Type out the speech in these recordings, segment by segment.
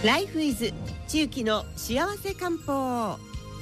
ライフイズ中期の幸せ漢方。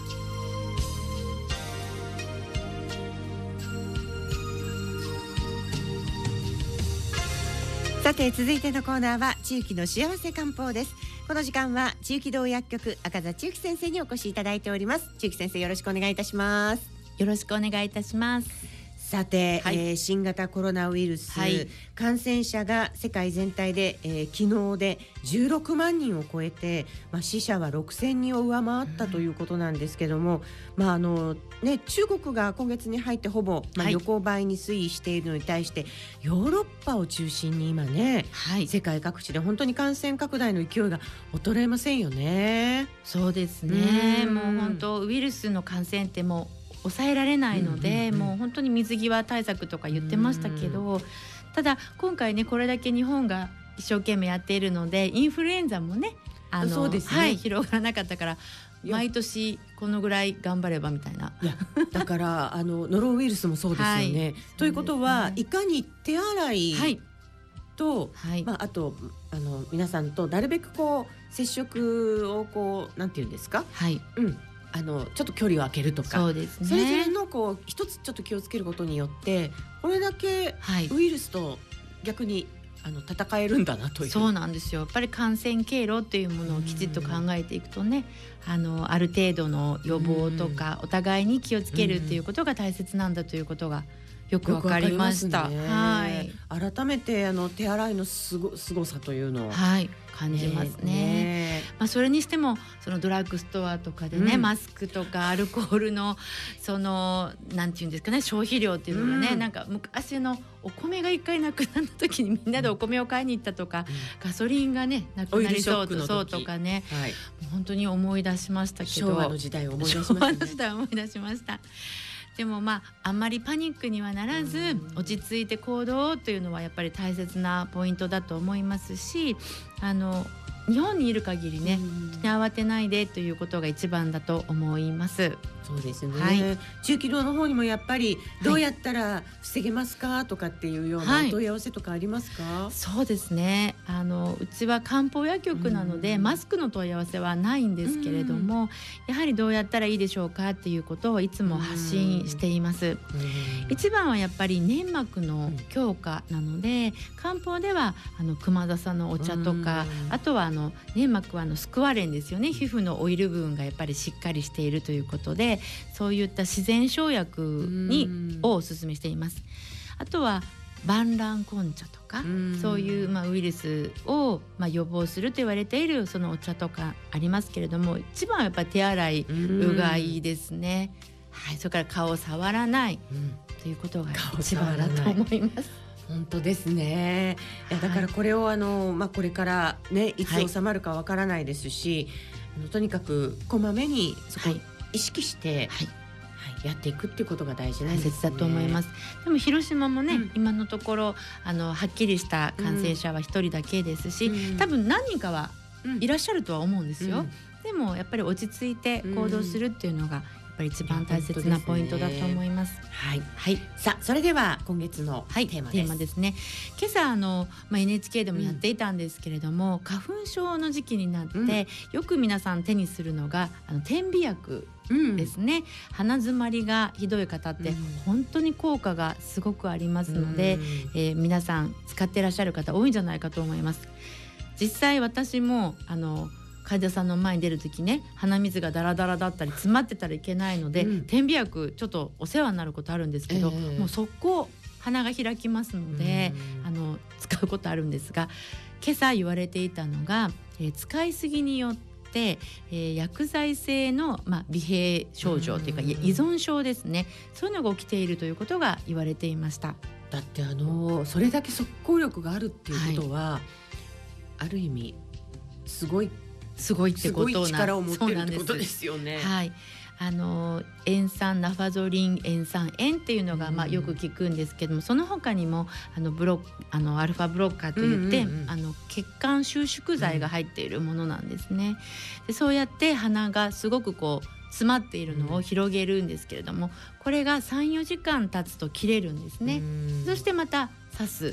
さて続いてのコーナーは中期の幸せ漢方です。この時間は中期堂薬局赤座中期先生にお越しいただいております。中期先生、よろしくお願いいたします。 よろしくお願いいたします。 さて、新型コロナウイルス、感染者が世界全体で、昨日で16万人を超えて、死者は6000人を上回ったということなんですけども、中国が今月に入ってほぼ、横ばいに推移しているのに対してヨーロッパを中心に今ね、世界各地で本当に感染拡大の勢いが衰えませんよね。 そうですね。もう本当ウイルスの感染ってもう抑えられないので、もう本当に水際対策とか言ってましたけど、ただ今回ねこれだけ日本が一生懸命やっているので、インフルエンザもねそうですね、 広がらなかったから毎年このぐらい頑張ればみたいな。 だからノロウイルスもそうですよね。ということはいかに手洗いと、あと皆さんとなるべくこう接触をこうなんていうんですか、ちょっと距離を空けるとか、 そうですね、 それぞれのこう一つちょっと気をつけることによってこれだけウイルスと逆に戦えるんだなという。 そうなんですよ。やっぱり感染経路っていうものをきちっと考えていくとね、ある程度の予防とかお互いに気をつけるっていうことが大切なんだということがよくわかりました。 改めて手洗いのすごさというのを、 感じますね。それにしてもそのドラッグストアとかでね、マスクとかアルコールのそのなんていうんですかね、消費量っていうのがね、なんか昔のお米が一回なくなった時にみんなでお米を買いに行ったとか、ガソリンがねなくなりそうとかね、本当に思い出しましたけど、 昭和の時代を思い出しましたね。 昭和の時代を思い出しました。でもあんまりパニックにはならず、落ち着いて行動というのはやっぱり大切なポイントだと思いますし、日本にいる限りね、慌てないでということが一番だと思います。 そうですね、中期堂の方にもやっぱりどうやったら防げますかとかっていうようなお問い合わせとかありますか？ そうですね、うちは漢方薬局なので、マスクの問い合わせはないんですけれども、やはりどうやったらいいでしょうかっていうことをいつも発信しています。一番はやっぱり粘膜の強化なので、漢方では熊笹のお茶とか、あとは粘膜は救われんですよね。皮膚のオイル分がやっぱりしっかりしているということで、そういった自然生薬をお勧めしています。あとは万卵根茶とか、そういうウイルスを予防すると言われているそのお茶とかありますけれども、一番はやっぱり手洗いうがいですね。それから顔を触らないということが一番だと思います。 本当ですね。だからこれをこれからねいつ収まるかわからないですし、とにかくこまめにそこを意識して、やっていくっていうことが大事なんですね。 大切だと思います。でも広島もね、今のところはっきりした感染者は1人だけですし、多分何人かはいらっしゃるとは思うんですよ。でもやっぱり落ち着いて行動するっていうのがやっぱり一番大切なポイントだと思います。 さあそれでは今月のテーマですね。今朝NHK でもやっていたんですけれども、花粉症の時期になって、よく皆さん手にするのが点鼻薬ですね。鼻づまりがひどい方って本当に効果がすごくありますので、皆さん使っていらっしゃる方多いんじゃないかと思います。実際私も患者さんの前に出るときね、鼻水がダラダラだったり詰まってたらいけないので、点鼻薬ちょっとお世話になることあるんですけど、もう速攻鼻が開きますので、使うことあるんですが、今朝言われていたのが、使いすぎによって薬剤性の微閉症状というか依存症ですね、そういうのが起きているということが言われていました。 だってそれだけ速攻力があるっていうことは、ある意味すごいってことな、 力を持ってるってことですよね。 塩酸ナファゾリン塩酸塩っていうのがよく聞くんですけども、その他にもアルファブロッカーといって、血管収縮剤が入っているものなんですね。でそうやって鼻がすごく詰まっているのを広げるんですけれども、これが 3,4 時間経つと切れるんですね。そしてまた刺す。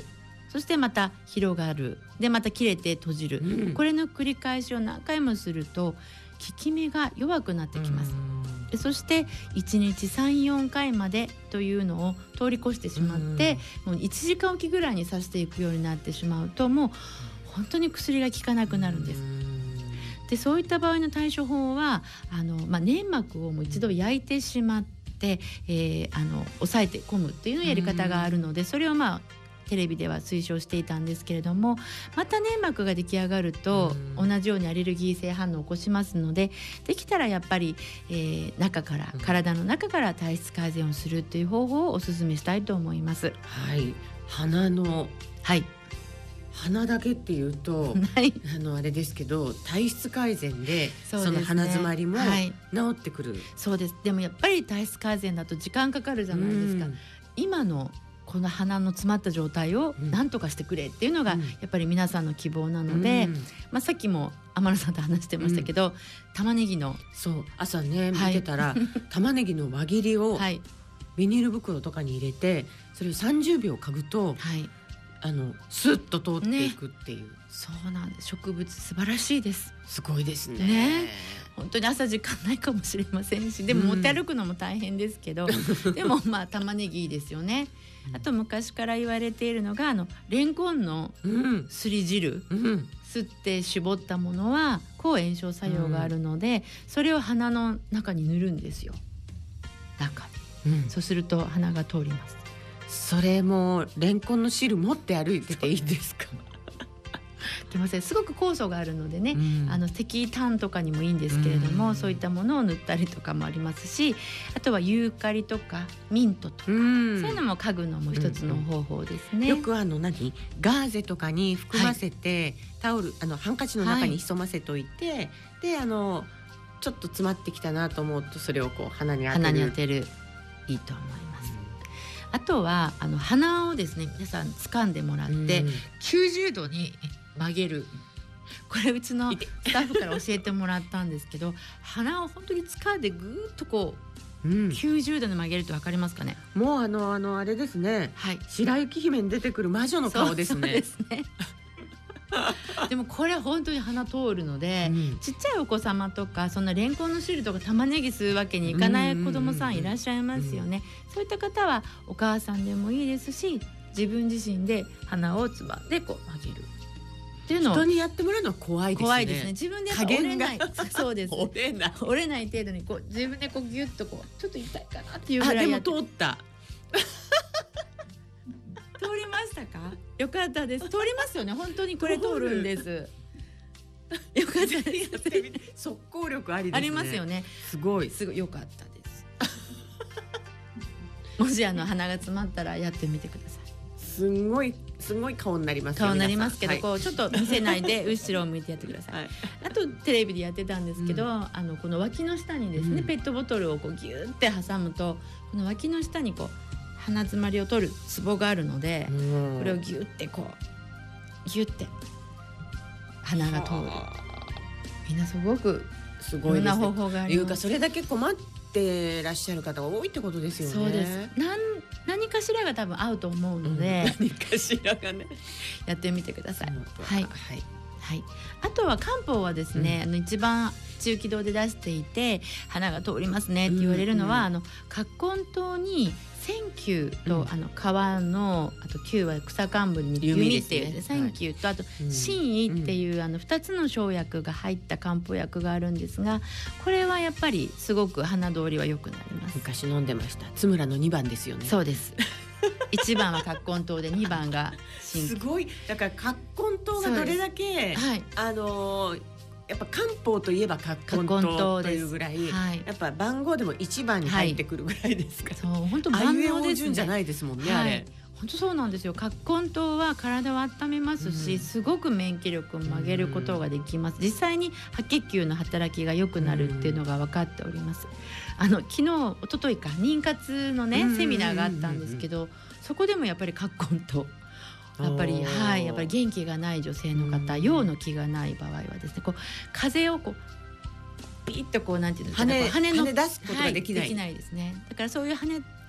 そしてまた広がる、でまた切れて閉じる、これの繰り返しを何回もすると効き目が弱くなってきます。でそして1日 3,4 回までというのを通り越してしまって、もう1時間おきぐらいに刺していくようになってしまうと、もう本当に薬が効かなくなるんです。でそういった場合の対処法は粘膜をもう一度焼いてしまって、押さえて込むっていうやり方があるので、それをテレビでは推奨していたんですけれども、また粘膜が出来上がると同じようにアレルギー性反応を起こしますので、できたらやっぱり、体の中から体質改善をするという方法をお勧めしたいと思います。 はい、鼻だけっていうと、あれですけど体質改善でその鼻詰まりも治ってくる。 そうです。でもやっぱり体質改善だと時間かかるじゃないですか。今のこの鼻の詰まった状態を何とかしてくれっていうのがやっぱり皆さんの希望なので、さっきも天野さんと話してましたけど、玉ねぎの朝ね見てたら、玉ねぎの輪切りをビニール袋とかに入れて、それを30秒嗅ぐと、スッと通っていくっていう、 そうなんです。植物素晴らしいです。 すごいですね。 本当に朝時間ないかもしれませんし、でも持って歩くのも大変ですけど、でも玉ねぎいいですよね。あと昔から言われているのがレンコンのすり汁、吸って絞ったものは抗炎症作用があるので、それを鼻の中に塗るんですよ、中に。そうすると鼻が通ります。 それもレンコンの汁持って歩いてていいですか？ きません。すごく酵素があるのでね、石炭とかにもいいんですけれども、そういったものを塗ったりとかもありますし、あとはユーカリとかミントとか、そういうのも嗅ぐのも一つの方法ですね。 よくガーゼとかに含ませて、タオルハンカチの中に潜ませといて、でちょっと詰まってきたなと思うとそれを鼻に当てる。 いいと思います。あとは鼻をですね、皆さん掴んでもらって90度に曲げる。これうちのスタッフから教えてもらったんですけど、鼻を本当に掴んでぐーっと90度に曲げると分かりますかね。 もうあれですね、白雪姫に出てくる魔女の顔ですね。 そうですね。でもこれ本当に鼻通るので、ちっちゃいお子様とか、そんなレンコンの汁とか玉ねぎ吸うわけにいかない子供さんいらっしゃいますよね。そういった方はお母さんでもいいですし、自分自身で鼻をつばんで曲げるっていうのを、 人にやってもらうのは怖いですね。 怖いですね。自分で折れないそうです。 折れない程度に自分でギュッとちょっと痛いかなっていうぐらいやって。 でも通った通りましたか？よかったです。通りますよね。本当にこれ通るんです。よかったです。 速攻力ありですね。 ありますよね。 すごいよかったです。もし鼻が詰まったらやってみてください。 すごい顔になりますよ。 顔になりますけど、ちょっと見せないで後ろを向いてやってください。あとテレビでやってたんですけど、この脇の下にですね、ペットボトルをギューって挟むと、この脇の下に鼻詰まりを取るツボがあるので、これをギュッてギュッて鼻が通る。みんなすごくいろんな方法があります。 それだけ困ってらっしゃる方が多いってことですよね。 そうです。何かしらが多分合うと思うので、 何かしらがね、 やってみてください。あとは漢方はですね、一番中気道で出していて鼻が通りますねって言われるのは、葛根湯にセンキューと、川のあと球は草冠に弓っていう、センキューとあと真意っていう2つの生薬が入った漢方薬があるんですが、これはやっぱりすごく鼻通りは良くなります。 昔飲んでました。津村の2番ですよね。 そうです1番は葛根湯で2番が真気。 すごい。だから葛根湯がどれだけやっぱ漢方といえば葛根湯というぐらい、やっぱ番号でも1番に入ってくるぐらいですから。 そう本当万能ですね。 じゃないですもんね、あれ。 本当そうなんですよ。葛根湯は体を温めますし、すごく免疫力を上げることができます。実際に白血球の働きが良くなるっていうのが分かっております。昨日一昨日か妊活のねセミナーがあったんですけど、そこでもやっぱり葛根湯やっぱり元気がない女性の方、陽の気がない場合はですね、風をピッとなんていうんですかね、 跳ね出すことができない、 できないですね。だからそういう跳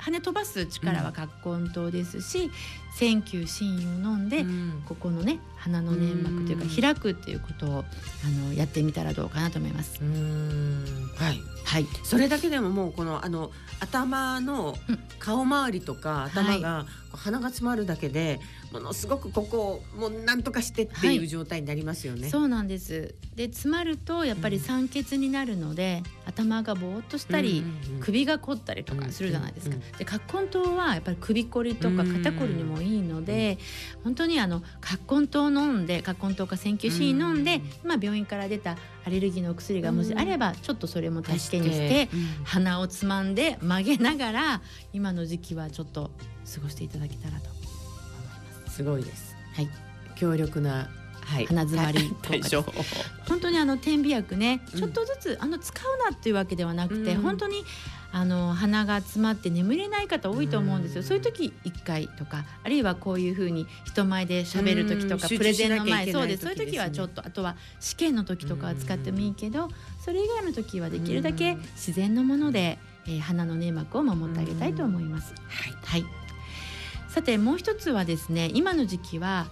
跳ね飛ばす力は葛根湯ですし、線球針油を飲んで、ここのね鼻の粘膜というか開くっていうことをやってみたらどうかなと思います。 はいはい、それだけでももうこの頭の顔周りとか頭が、鼻が詰まるだけでものすごくここをもうなんとかしてっていう状態になりますよね。 そうなんです。で詰まるとやっぱり酸欠になるので、頭がぼーっとしたり、首が凝ったりとかするじゃないですか。で葛根湯はやっぱり首こりとか肩こりにもいいので、本当に葛根湯飲んで、葛根湯か線球針飲んで、病院から出たアレルギーのお薬がもしあれば、ちょっとそれも助けにして、鼻をつまんで曲げながら今の時期はちょっと過ごしていただけたらと思います。 すごいです。 はい、 強力な、 鼻づまり効果です。本当に点鼻薬ね、ちょっとずつ使うなっていうわけではなくて、本当に鼻が詰まって眠れない方多いと思うんですよ。そういう時1回とか、あるいはこういうふうに人前で喋る時とか、プレゼンの前、そういう時はちょっと、あとは試験の時とかは使ってもいいけど、それ以外の時はできるだけ自然のもので、鼻の粘膜を守ってあげたいと思います。はい、さてもう一つはですね、今の時期は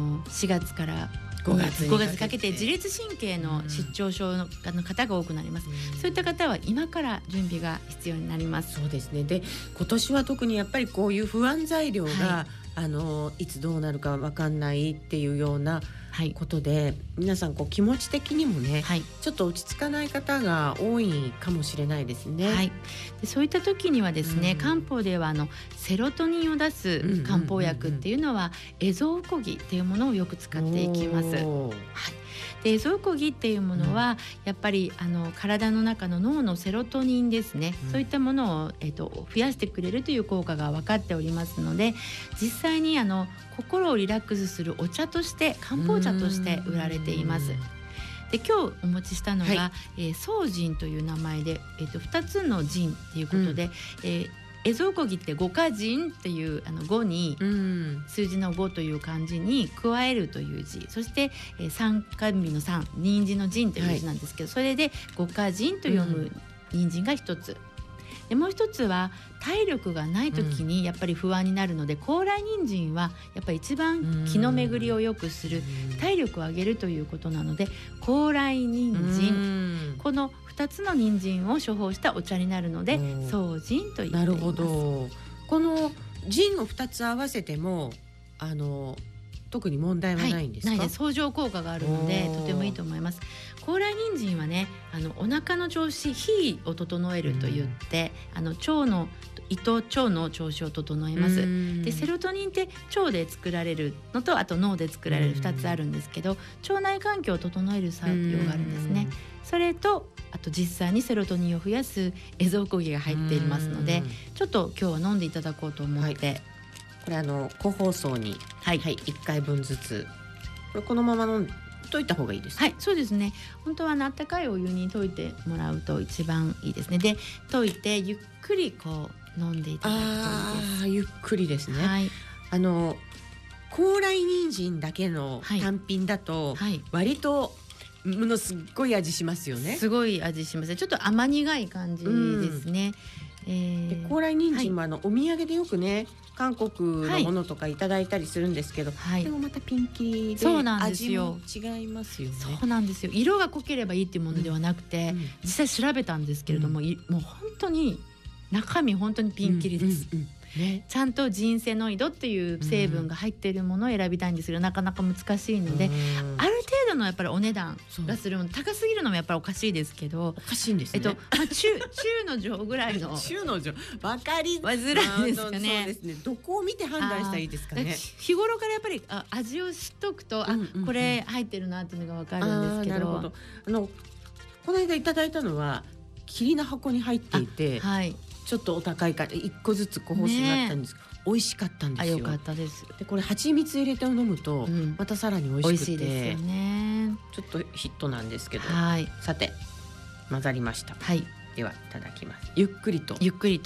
4月から5月にかけて自律神経の失調症の方が多くなります。そういった方は今から準備が必要になります。 そうですね。で今年は特にやっぱりこういう不安材料が、いつどうなるか分かんないっていうようなことで、皆さん気持ち的にもね、ちょっと落ち着かない方が多いかもしれないですね。 でそういった時にはですね、漢方ではセロトニンを出す漢方薬っていうのはエゾウコギっていうものをよく使っていきます。でエゾウコギっていうものは、やっぱり体の中の脳のセロトニンですね、そういったものを、増やしてくれるという効果が分かっておりますので、実際に心をリラックスするお茶として、漢方茶として売られています。で今日お持ちしたのが、宋人という名前で、2つの人っていうことで、エゾウコギって五花人っていう5に、数字の5という漢字に加えるという字、そして三冠日の3、人参の人という字なんですけど、それで五花人と読む人参が一つで、もう一つは体力がない時にやっぱり不安になるので、高麗人参はやっぱり一番気の巡りを良くする、体力を上げるということなので、高麗人参、この2つの人参を処方したお茶になるので、宋人と言っています。 なるほど。この人を2つ合わせても特に問題はないんですか？ ないです。相乗効果があるのでとてもいいと思います。高麗人参はね、お腹の調子、脾を整えると言って、腸の胃と腸の調子を整えます。でセロトニンって腸で作られるのと、あと脳で作られる2つあるんですけど、腸内環境を整える作用があるんですね。それとあと実際にセロトニンを増やすエゾウコギが入っていますので、ちょっと今日は飲んでいただこうと思って、 これ個包装に、1回分ずつ、これこのまま飲ん溶いた方がいいですか？ そうですね。本当は温かいお湯に溶いてもらうと一番いいですね。で溶いてゆっくり飲んでいただくといいです。 ゆっくりですね。高麗人参だけの単品だと、割とものすごい味しますよね。 すごい味しますね。ちょっと甘苦い感じですね。 で高麗人参もお土産でよくね、韓国のものとかいただいたりするんですけど、でもまたピンキリで味も違いますよね。 そうなんですよ。色が濃ければいいっていうものではなくて、実際調べたんですけれども、もう本当に中身本当にピンキリです。ちゃんとジンセノイドっていう成分が入っているものを選びたいんですけど、なかなか難しいので、ある程度のやっぱりお値段がするもの、高すぎるのもやっぱりおかしいですけど、 おかしいんですね。 中の上ぐらいの中の上分かりづらいですよね。 そうですね。どこを見て判断したらいいですかね。 日頃からやっぱり味を知っとくと、これ入ってるなっていうのが分かるんですけど。 なるほど。この間いただいたのは霧の箱に入っていて、ちょっとお高いから1個ずつ個包装になったんですけど、美味しかったんですよ。 よかったです。 でこれ蜂蜜入れて飲むと、またさらに美味しくて、 美味しいですよね。 ちょっとヒットなんですけど、さて混ざりました。ではいただきます。ゆっくりと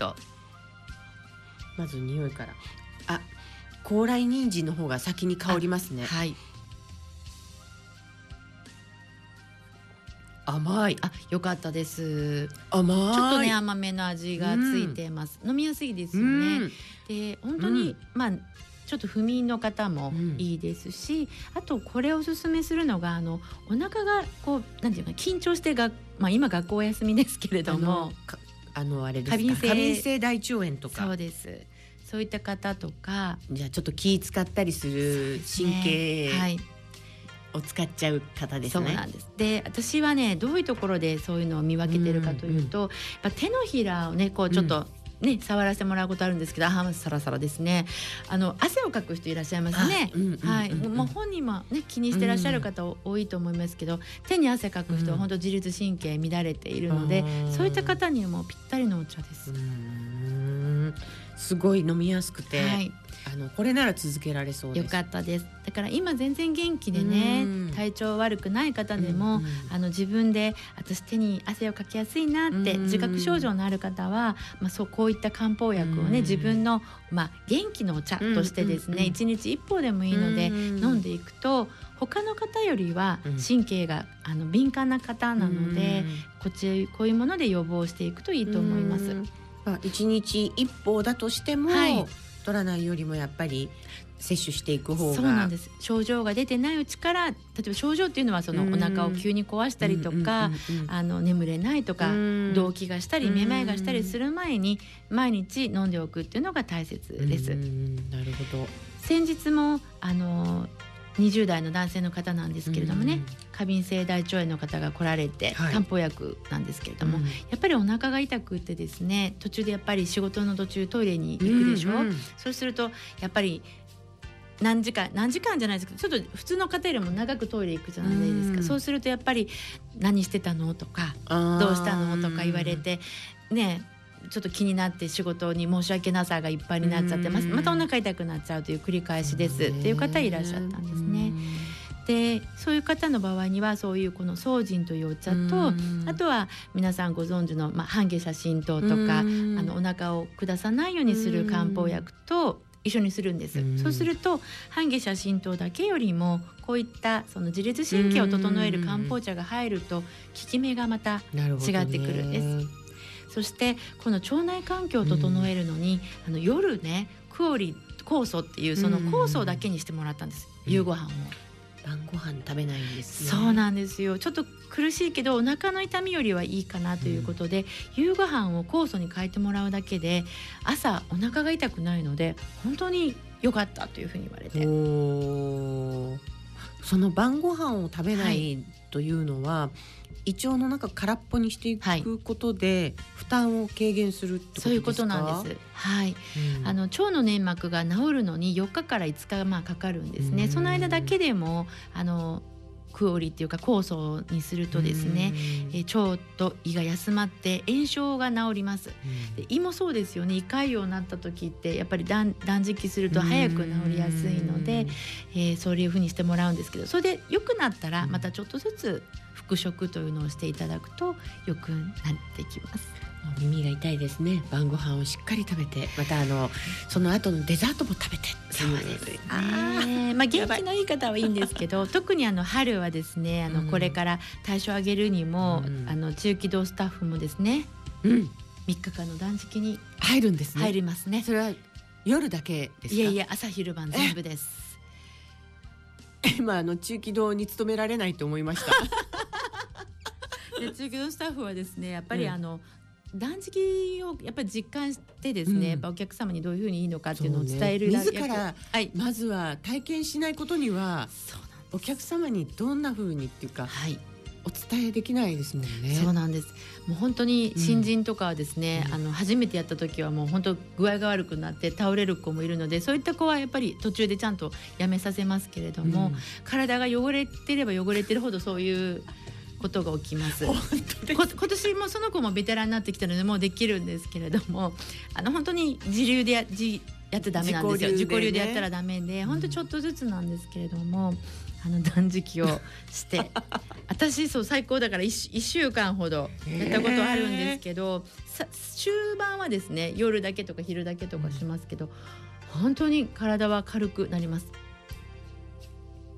まず匂いから、高麗人参の方が先に香りますね。 甘い。 よかったです。 甘い。 ちょっとね甘めの味がついてます。飲みやすいですよね。で本当に、ちょっと不眠の方もいいですし、あとこれをおすすめするのがお腹がこうなんていうか緊張して今学校お休みですけれども、 あれですか、過敏性大腸炎とか。 そうです。そういった方とか、 じゃあちょっと気使ったりする神経を使っちゃう方ですね。 そうなんです。で私はねどういうところでそういうのを見分けてるかというと、手のひらをねこうちょっと、触らせてもらうことあるんですけど、サラサラですね。汗をかく人いらっしゃいますね。もう本人もね気にしてらっしゃる方多いと思いますけど、手に汗かく人は本当自律神経乱れているので、そういった方にもぴったりのお茶です。 すごい飲みやすくて、これなら続けられそうです。 よかったです。だから今全然元気でね、体調悪くない方でも、自分で私手に汗をかきやすいなって自覚症状のある方は、こういった漢方薬をね自分の、元気のお茶としてですね、1日1包でもいいので飲んでいくと、他の方よりは神経が敏感な方なので、こういうもので予防していくといいと思います。 1日1包だとしても、取らないよりもやっぱり摂取していく方が。 そうなんです。症状が出てないうちから、例えば症状っていうのはそのお腹を急に壊したりとか、眠れないとか、動悸がしたりめまいがしたりする前に毎日飲んでおくっていうのが大切です。 なるほど。 先日も20代の男性の方なんですけれどもね、過敏性大腸炎の方が来られて、漢方薬なんですけれども、やっぱりお腹が痛くってですね、途中でやっぱり仕事の途中トイレに行くでしょ。そうするとやっぱり何時間じゃないですけど、ちょっと普通の方よりも長くトイレ行くじゃないですか。そうするとやっぱり何してたのとかどうしたのとか言われてね、ちょっと気になって仕事に申し訳なさがいっぱいになっちゃってます。またお腹痛くなっちゃうという繰り返しですっていう方いらっしゃったんですね。でそういう方の場合にはそういうこの宋人というお茶と、あとは皆さんご存知の半夏写真糖とか、お腹を下さないようにする漢方薬と一緒にするんです。そうすると半夏写真糖だけよりもこういったその自律神経を整える漢方茶が入ると効き目がまた違ってくるんです。そしてこの腸内環境を整えるのに、夜ね酵素っていうその酵素だけにしてもらったんです、夕ご飯を。 晩ご飯食べないんですね。 そうなんですよ。ちょっと苦しいけどお腹の痛みよりはいいかなということで、夕ご飯を酵素に変えてもらうだけで朝お腹が痛くないので本当に良かったというふうに言われて。 その晩ご飯を食べないというのは、胃腸の中空っぽにしていくことで、負担を軽減するってことですか？ そういうことなんです。腸の粘膜が治るのに4日から5日かかるんですね。その間だけでもクオリっていうか酵素にするとですね、腸と胃が休まって炎症が治ります。で胃もそうですよね。胃潰瘍になった時ってやっぱり断食すると早く治りやすいので、そういうふうにしてもらうんですけど、それで良くなったらまたちょっとずつ復食というのをしていただくと良くなってきます。 耳が痛いですね。晩ご飯をしっかり食べて、またその後のデザートも食べて。 そうですね。元気のいい方はいいんですけど特に春はですね、これから代謝を上げるにも、中気道スタッフもですね、3日間の断食に入るんですね。 入りますね。 それは夜だけですか？ いや朝昼晩全部です。 今中気道に勤められないと思いました。 で中気道スタッフはですね、やっぱり断食をやっぱり実感してですね、やっぱお客様にどういうふうにいいのかっていうのを伝える、 自ら、まずは体験しないことにはお客様にどんなふうにっていうか、お伝えできないですもんね。 そうなんです。もう本当に新人とかはですね、初めてやった時はもう本当具合が悪くなって倒れる子もいるので、そういった子はやっぱり途中でちゃんとやめさせますけれども、体が汚れてれば汚れてるほどそういうことが起きます。今年もその子もベテランになってきたのでもうできるんですけれども、本当に自流でやってダメなんですよ。自己流でやったらダメで、本当ちょっとずつなんですけれども、断食をして私最高だから 1週間ほどやったことあるんですけど、終盤はですね夜だけとか昼だけとかしますけど、本当に体は軽くなります。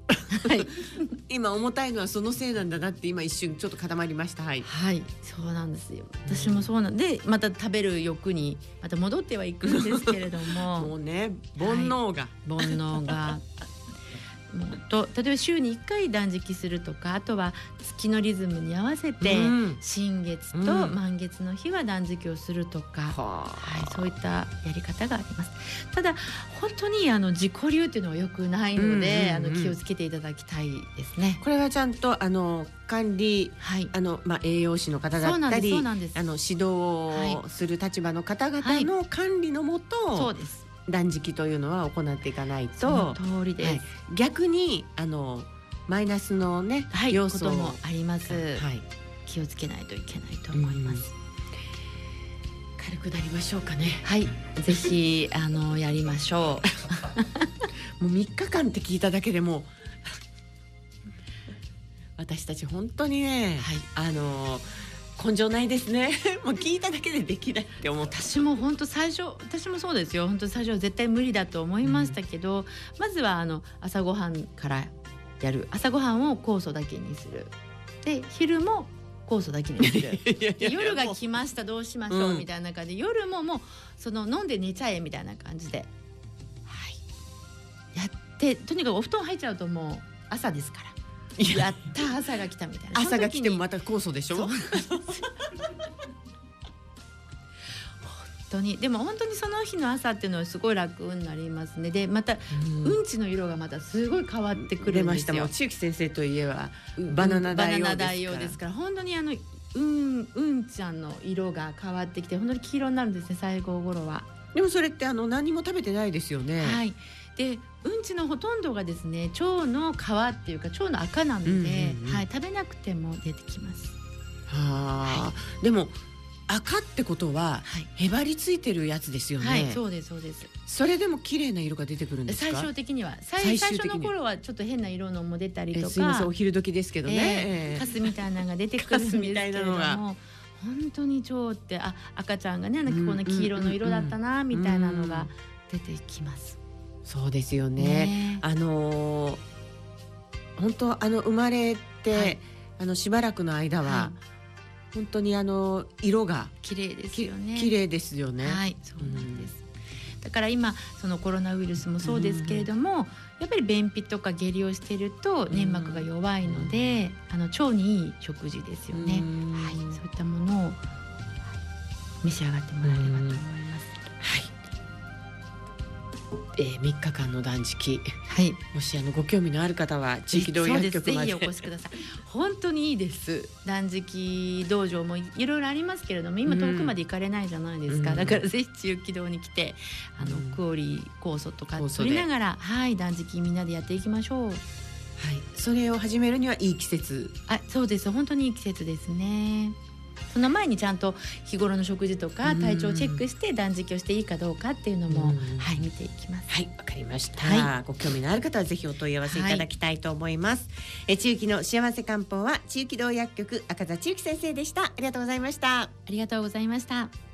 はい、 今重たいのはそのせいなんだなって今一瞬ちょっと固まりました。はい、 はい、そうなんですよ。私もそうなんで、また食べる欲にまた戻ってはいくんですけれどももうね、煩悩が、 煩悩がもうと例えば週に1回断食するとか、あとは月のリズムに合わせて、新月と満月の日は断食をするとか、はい、そういったやり方があります。ただ本当に自己流っていうのは良くないので、気をつけていただきたいですね。 これはちゃんと管理、はい、栄養士の方だったり指導をする立場の方々の管理のもと、そうです、断食というのは行っていかないと、 その通りです、はい、 逆にマイナスのね、 はい、 要素こともあります、はい、気をつけないといけないと思います、 軽くなりましょうかね。 はい、ぜひやりましょうもう3日間って聞いただけでも私たち本当にね、はい、根性ないですねもう聞いただけでできないって思った。 私も本当最初、私もそうですよ。本当最初は絶対無理だと思いましたけど、まずは朝ごはんからやる。朝ごはんを酵素だけにする。で昼も酵素だけにする夜が来ました、どうしましょうみたいな中で、夜ももう飲んで寝ちゃえみたいな感じで、はい、やって、とにかくお布団入っちゃうともう朝ですから、やった朝が来たみたいな。 朝が来てもまた酵素でしょ。本当に、でも本当にその日の朝っていうのはすごい楽になりますね。でまたうんちの色がまたすごい変わってくるんですよ。出ました。 もう千雪先生といえばバナナ大王ですから、 本当にうんちゃんの色が変わってきて本当に黄色になるんですね、最後頃は。 でもそれって何も食べてないですよね。 はい。でうんちのほとんどがですね、腸の皮っていうか腸の赤なので、はい、食べなくても出てきます。 はい、でも赤ってことは、はい、へばりついてるやつですよね。 はい、そうですそうです。 それでも綺麗な色が出てくるんですか？ 最終的には最初の頃はちょっと変な色のも出たりとか、 すいません、お昼時ですけどね、 カスみたいなのが出てくるんですけれども本当に腸って赤ちゃんがね、こんな黄色の色だったなみたいなのが出てきます。 そうですよね。本当生まれて、はい、しばらくの間は、はい、本当に色が綺麗ですよね。 綺麗ですよね。 はい、そうなんです。だから今そのコロナウイルスもそうですけれども、やっぱり便秘とか下痢をしていると粘膜が弱いので、腸にいい食事ですよね。はい、そういったものを召し上がってもらえればと思います。 はい。3日間の断食、 はい、 もしご興味のある方は地域道薬局までぜひお越しください。本当にいいです。断食道場もいろいろありますけれども、今遠くまで行かれないじゃないですか、だからぜひ地域道に来てクオリ酵素とか取りながら、はい、断食みんなでやっていきましょう。はい、 それを始めるにはいい季節。 そうです、本当にいい季節ですね。その前にちゃんと日頃の食事とか体調をチェックして断食をしていいかどうかっていうのも、はい、見ていきます。 はい、わかりました、はい、ご興味のある方はぜひお問い合わせいただきたいと思います。千雪の幸せ漢方は地域道薬局赤座千雪先生でした。ありがとうございました。 ありがとうございました。